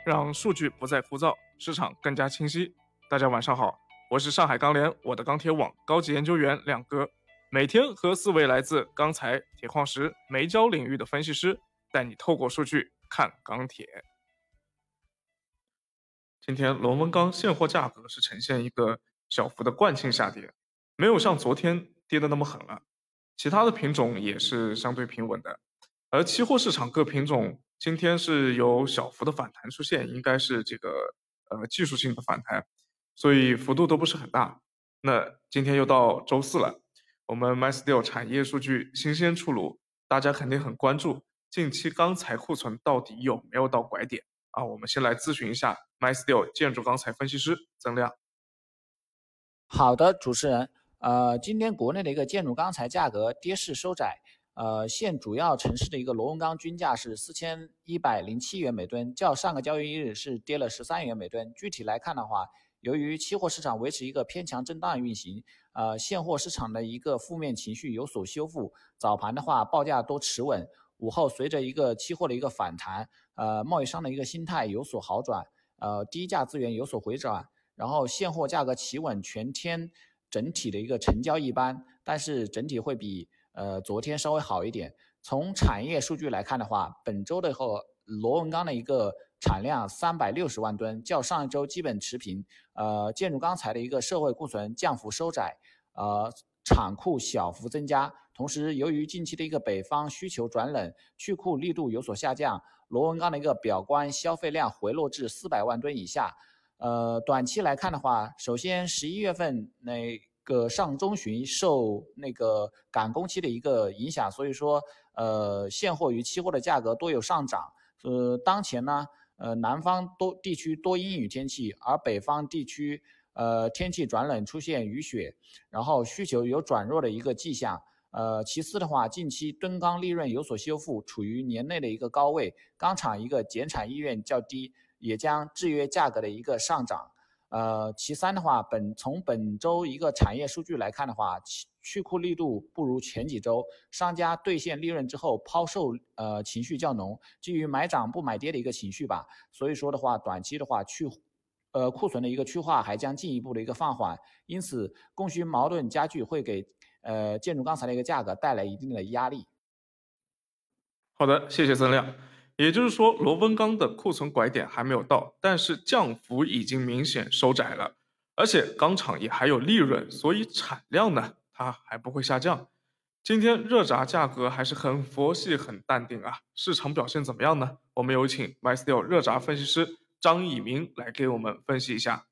让数据不再枯燥，市场更加清晰。大家晚上好，我是上海钢联我的钢铁网高级研究员亮哥，每天和4位来自钢材、铁矿石、煤焦领域的分析师，带你透过数据看钢铁。今天螺纹钢现货价格是呈现一个小幅的惯性下跌，没有像昨天跌得那么狠了。其他的品种也是相对平稳的，而期货市场各品种今天是有小幅的反弹出现，应该是这个技术性的反弹，所以幅度都不是很大。那今天又到周四了，我们 MySteel 产业数据新鲜出炉，大家肯定很关注近期钢材库存到底有没有到拐点啊？我们先来咨询一下 MySteel 建筑钢材分析师曾亮。 好的，主持人，今天国内的一个建筑钢材价格跌势收窄，现主要城市的一个螺纹钢均价是4107元每吨，较上个交易日是跌了13元每吨。具体来看的话，由于期货市场维持一个偏强震荡运行，现货市场的一个负面情绪有所修复，早盘的话报价都持稳，午后随着一个期货的一个反弹，贸易商的一个心态有所好转，低价资源有所回转。然后现货价格企稳，全天整体的一个成交一般，但是整体会比昨天稍微好一点。从产业数据来看的话，本周的螺纹钢的一个产量360万吨，较上一周基本持平。建筑钢材的一个社会库存降幅收窄，厂库小幅增加。同时，由于近期的一个北方需求转冷，去库力度有所下降，螺纹钢的一个表观消费量回落至400万吨以下。短期来看的话，首先11月份那个上中旬受那个赶工期的一个影响，所以说现货与期货的价格都有上涨。当前呢，南方地区多阴雨天气，而北方地区天气转冷出现雨雪，然后需求有转弱的一个迹象。其次的话，近期吨钢利润有所修复，处于年内的一个高位，钢厂一个减产意愿较低。也将制约价格的一个上涨。其三的话，从本周一个产业数据来看的话，去库力度不如前几周，商家兑现利润之后抛售情绪较浓，基于买涨不买跌的一个情绪吧。所以说的话，短期的话库存的一个去化还将进一步的一个放缓，因此供需矛盾加剧会给建筑钢材的一个价格带来一定的压力。 好的，谢谢曾亮。也就是说，螺纹钢的库存拐点还没有到，但是降幅已经明显收窄了，而且钢厂也还有利润，所以产量呢，它还不会下降。今天热轧价格还是很佛系、很淡定啊，市场表现怎么样呢？我们有请 MySteel 热轧分析师张以明来给我们分析一下。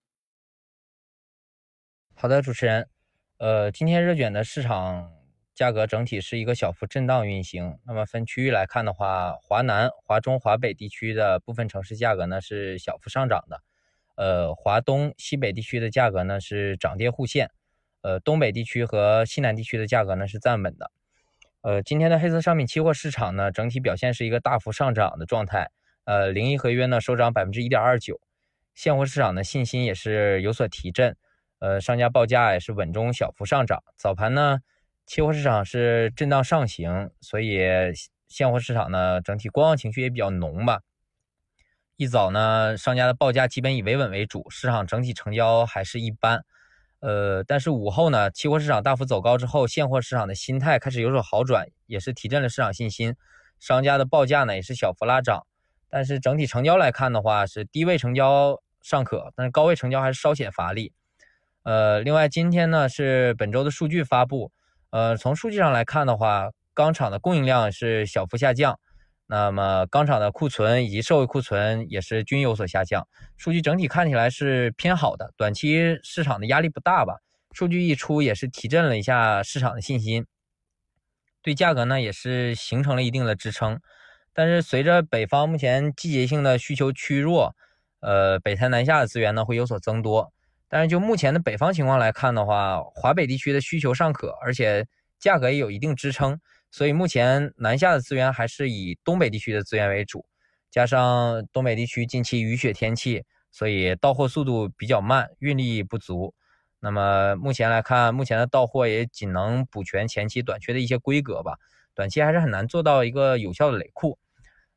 好的，主持人，今天热卷的市场价格整体是一个小幅震荡运行。那么分区域来看的话，华南、华中、华北地区的部分城市价格呢是小幅上涨的，华东、西北地区的价格呢是涨跌互现，东北地区和西南地区的价格呢是站稳的。今天的黑色商品期货市场呢，整体表现是一个大幅上涨的状态。01合约呢收涨 1.29%， 现货市场的信心也是有所提振。商家报价也是稳中小幅上涨。早盘呢，期货市场是震荡上行，所以现货市场呢整体观望情绪也比较浓吧。一早呢，商家的报价基本以维稳为主，市场整体成交还是一般。但是午后呢，期货市场大幅走高之后，现货市场的心态开始有所好转，也是提振了市场信心。商家的报价呢也是小幅拉涨，但是整体成交来看的话，是低位成交尚可，但是高位成交还是稍显乏力。另外今天呢是本周的数据发布，从数据上来看的话，钢厂的供应量是小幅下降，那么钢厂的库存以及社会库存也是均有所下降，数据整体看起来是偏好的，短期市场的压力不大吧。数据一出也是提振了一下市场的信心，对价格呢也是形成了一定的支撑。但是随着北方目前季节性的需求趋弱，北台南下的资源呢会有所增多。但是就目前的北方情况来看的话，华北地区的需求尚可，而且价格也有一定支撑，所以目前南下的资源还是以东北地区的资源为主，加上东北地区近期雨雪天气，所以到货速度比较慢，运力不足。那么目前来看，目前的到货也仅能补全前期短缺的一些规格吧，短期还是很难做到一个有效的累库。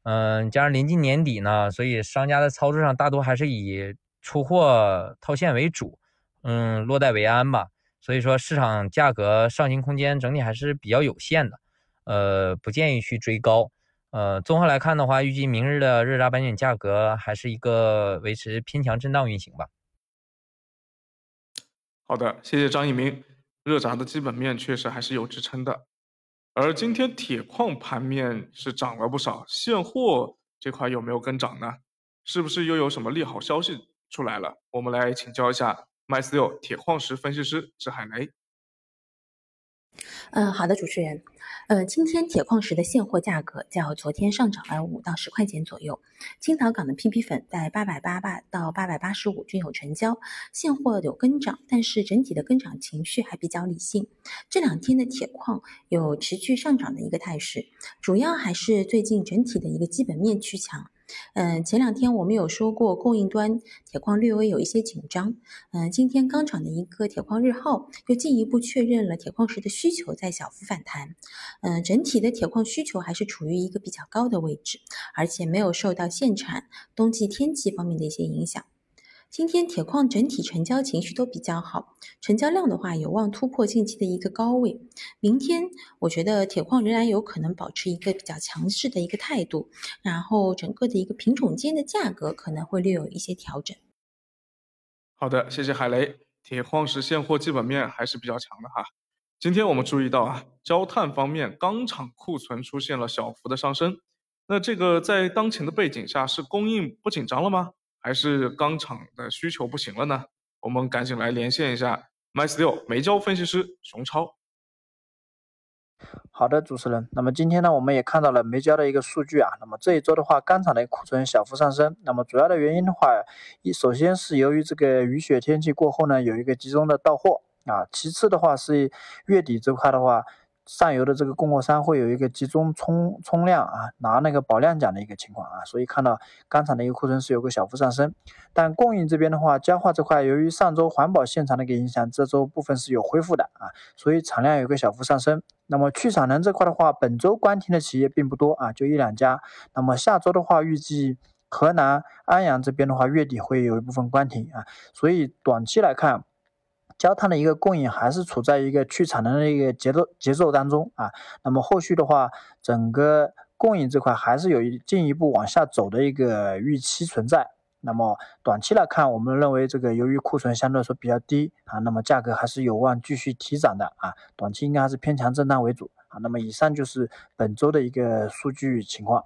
加上临近年底呢，所以商家的操作上大多还是以出货套现为主，落袋为安吧。所以说市场价格上行空间整体还是比较有限的，不建议去追高。综合来看的话，预计明日的热轧板卷价格还是一个维持偏强震荡运行吧。 好的，谢谢张一鸣。热轧的基本面确实还是有支撑的，而今天铁矿盘面是涨了不少，现货这块有没有跟涨呢？是不是又有什么利好消息出来了？我们来请教一下麦6铁矿石分析师支海雷。 好的，主持人。今天铁矿石的现货价格较昨天上涨了5到10块钱左右。青岛港的 PP 粉在888到885均有成交，现货有跟涨，但是整体的跟涨情绪还比较理性。这2天的铁矿有持续上涨的一个态势，主要还是最近整体的一个基本面趋强。前2天我们有说过，供应端铁矿略微有一些紧张。今天刚涨的一个铁矿日耗又进一步确认了铁矿石的需求在小幅反弹。整体的铁矿需求还是处于一个比较高的位置，而且没有受到限产、冬季天气方面的一些影响。今天铁矿整体成交情绪都比较好，成交量的话有望突破近期的一个高位。明天我觉得铁矿仍然有可能保持一个比较强势的一个态度，然后整个的一个品种间的价格可能会略有一些调整。 好的，谢谢海雷。铁矿石现货基本面还是比较强的哈。今天我们注意到啊，焦炭方面钢厂库存出现了小幅的上升。那这个在当前的背景下，是供应不紧张了吗？还是钢厂的需求不行了呢？我们赶紧来连线一下麦6煤焦分析师熊超。 好的，主持人。那么今天呢，我们也看到了煤焦的一个数据啊。那么这一周的话，钢厂的库存小幅上升。那么主要的原因的话，首先是由于这个雨雪天气过后呢，有一个集中的到货啊。其次的话是月底这块的话，上游的这个供货商会有一个集中冲量啊，拿那个保量奖的一个情况啊，所以看到钢厂的一个库存是有个小幅上升。但供应这边的话，焦化这块由于上周环保限产的一个影响，这周部分是有恢复的啊，所以产量有个小幅上升。那么去产能这块的话，本周关停的企业并不多啊，就1-2家。那么下周的话，预计河南安阳这边的话，月底会有一部分关停啊，所以短期来看，焦炭的一个供应还是处在一个去产能的一个节奏当中啊。那么后续的话，整个供应这块还是有进一步往下走的一个预期存在。那么短期来看，我们认为这个由于库存相对来说比较低啊，那么价格还是有望继续提涨的啊。短期应该还是偏强震荡为主啊。那么以上就是本周的一个数据情况。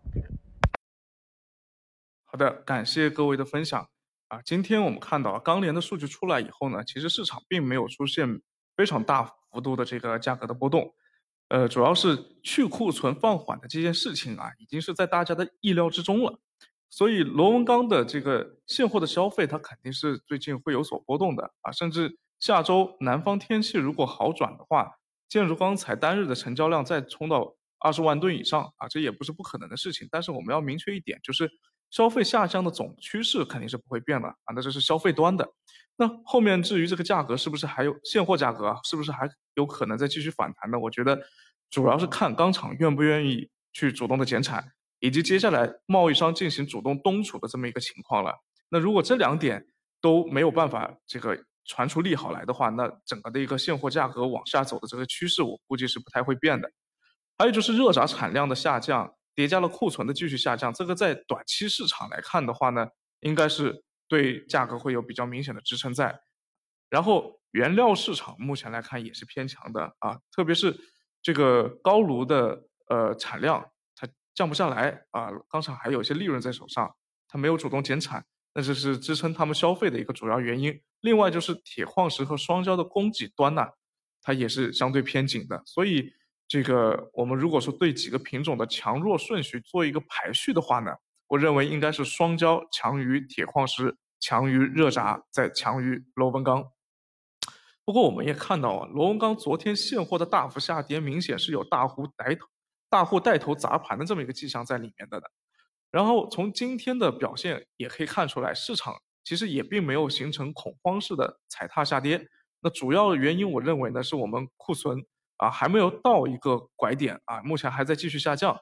好的，感谢各位的分享啊。今天我们看到钢联的数据出来以后呢，其实市场并没有出现非常大幅度的这个价格的波动，主要是去库存放缓的这件事情啊，已经是在大家的意料之中了。所以螺纹钢的这个现货的消费，它肯定是最近会有所波动的啊，甚至下周南方天气如果好转的话，建筑钢材单日的成交量再冲到20万吨以上啊，这也不是不可能的事情。但是我们要明确一点，就是消费下降的总趋势肯定是不会变的啊，那这是消费端的。那后面至于这个价格是不是还有现货价格啊，是不是还有可能再继续反弹呢？我觉得主要是看钢厂愿不愿意去主动的减产，以及接下来贸易商进行主动冬储的这么一个情况了。那如果这2点都没有办法这个传出利好来的话，那整个的一个现货价格往下走的这个趋势，我估计是不太会变的。还有就是热轧产量的下降，叠加了库存的继续下降，这个在短期市场来看的话呢，应该是对价格会有比较明显的支撑在。然后原料市场目前来看也是偏强的啊，特别是这个高炉的产量它降不下来啊，钢厂还有一些利润在手上，它没有主动减产，那这是支撑他们消费的一个主要原因。另外就是铁矿石和双焦的供给端呢，它也是相对偏紧的，所以这个我们如果说对几个品种的强弱顺序做一个排序的话呢，我认为应该是双焦强于铁矿石，强于热轧，再强于螺纹钢。不过我们也看到啊，螺纹钢昨天现货的大幅下跌，明显是有大户带头砸盘的这么一个迹象在里面的。然后从今天的表现也可以看出来，市场其实也并没有形成恐慌式的踩踏下跌。那主要的原因，我认为呢，是我们库存啊还没有到一个拐点啊，目前还在继续下降。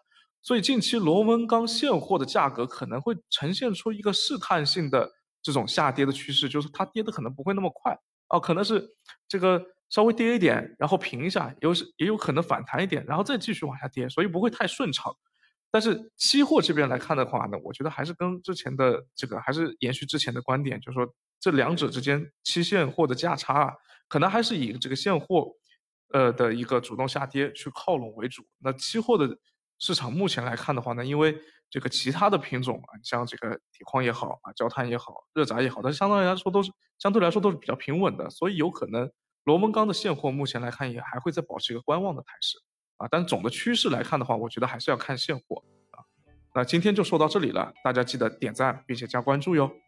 所以近期螺纹钢现货的价格可能会呈现出一个试探性的这种下跌的趋势，就是它跌的可能不会那么快可能是这个稍微跌一点，然后平一下，也有可能反弹一点，然后再继续往下跌，所以不会太顺畅。但是期货这边来看的话呢，我觉得还是跟之前的这个还是延续之前的观点，就是说这两者之间期现货的价差可能还是以这个现货的一个主动下跌去靠拢为主。那期货的市场目前来看的话呢，因为这个其他的品种像这个铁矿也好焦炭也好，热轧也好，它相对来说都是比较平稳的，所以有可能螺纹钢的现货目前来看也还会再保持一个观望的态势但总的趋势来看的话，我觉得还是要看现货那今天就说到这里了，大家记得点赞并且加关注哟。